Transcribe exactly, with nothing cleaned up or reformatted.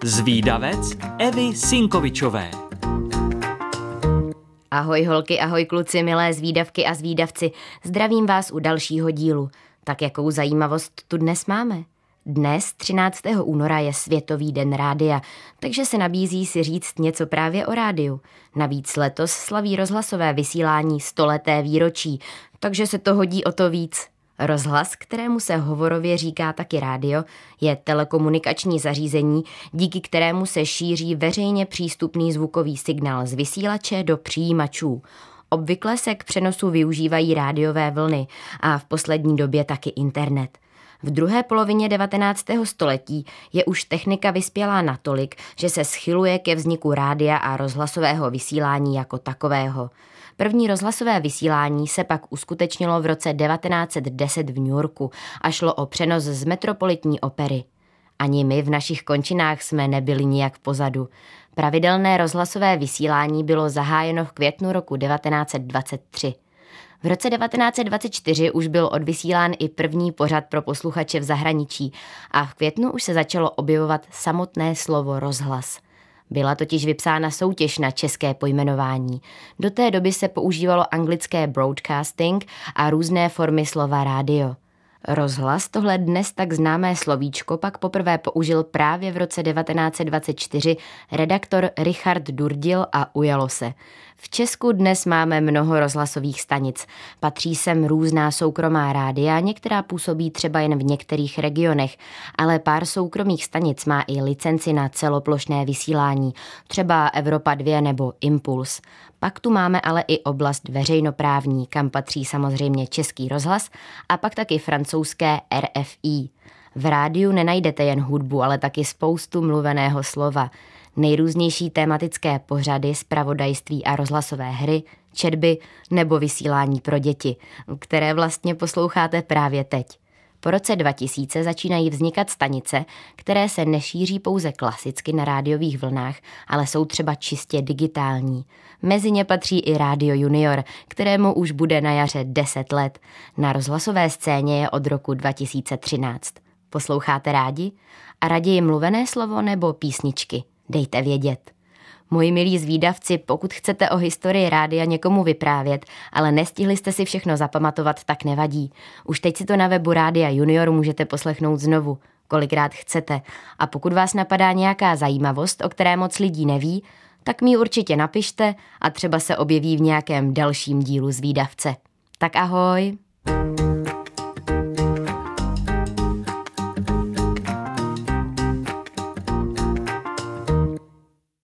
Zvídavec Evy Sinkovičové. Ahoj holky, ahoj kluci, milé zvídavky a zvídavci. Zdravím vás u dalšího dílu. Tak jakou zajímavost tu dnes máme? Dnes, třináctého února, je Světový den rádia, takže se nabízí si říct něco právě o rádiu. Navíc letos slaví rozhlasové vysílání stoleté výročí, takže se to hodí o to víc. Rozhlas, kterému se hovorově říká taky rádio, je telekomunikační zařízení, díky kterému se šíří veřejně přístupný zvukový signál z vysílače do přijímačů. Obvykle se k přenosu využívají rádiové vlny a v poslední době taky internet. V druhé polovině devatenáctého století je už technika vyspělá natolik, že se schyluje ke vzniku rádia a rozhlasového vysílání jako takového. První rozhlasové vysílání se pak uskutečnilo v roce devatenáct set deset v New Yorku a šlo o přenos z Metropolitní opery. Ani my v našich končinách jsme nebyli nijak pozadu. Pravidelné rozhlasové vysílání bylo zahájeno v květnu roku devatenáct set dvacet tři. V roce devatenáct set dvacet čtyři už byl odvysílán i první pořad pro posluchače v zahraničí a v květnu už se začalo objevovat samotné slovo rozhlas. Byla totiž vypsána soutěž na české pojmenování. Do té doby se používalo anglické broadcasting a různé formy slova rádio. Rozhlas, tohle dnes tak známé slovíčko, pak poprvé použil právě v roce devatenáct set dvacet čtyři redaktor Richard Durdil a ujalo se. V Česku dnes máme mnoho rozhlasových stanic. Patří sem různá soukromá rádia, některá působí třeba jen v některých regionech, ale pár soukromých stanic má i licenci na celoplošné vysílání, třeba Evropa dva nebo Impuls. Pak tu máme ale i oblast veřejnoprávní, kam patří samozřejmě Český rozhlas a pak taky francouzské R F I. V rádiu nenajdete jen hudbu, ale taky spoustu mluveného slova. Nejrůznější tematické pořady, zpravodajství a rozhlasové hry, četby nebo vysílání pro děti, které vlastně posloucháte právě teď. Po roce dva tisíce začínají vznikat stanice, které se nešíří pouze klasicky na rádiových vlnách, ale jsou třeba čistě digitální. Mezi ně patří i Rádio Junior, kterému už bude na jaře deset let. Na rozhlasové scéně je od roku dva tisíce třináct. Posloucháte rádi? A raději mluvené slovo nebo písničky? Dejte vědět. Moji milí zvídavci, pokud chcete o historii rádia někomu vyprávět, ale nestihli jste si všechno zapamatovat, tak nevadí. Už teď si to na webu Rádia Junior můžete poslechnout znovu, kolikrát chcete. A pokud vás napadá nějaká zajímavost, o které moc lidí neví, tak mi určitě napište a třeba se objeví v nějakém dalším dílu Zvídavce. Tak ahoj!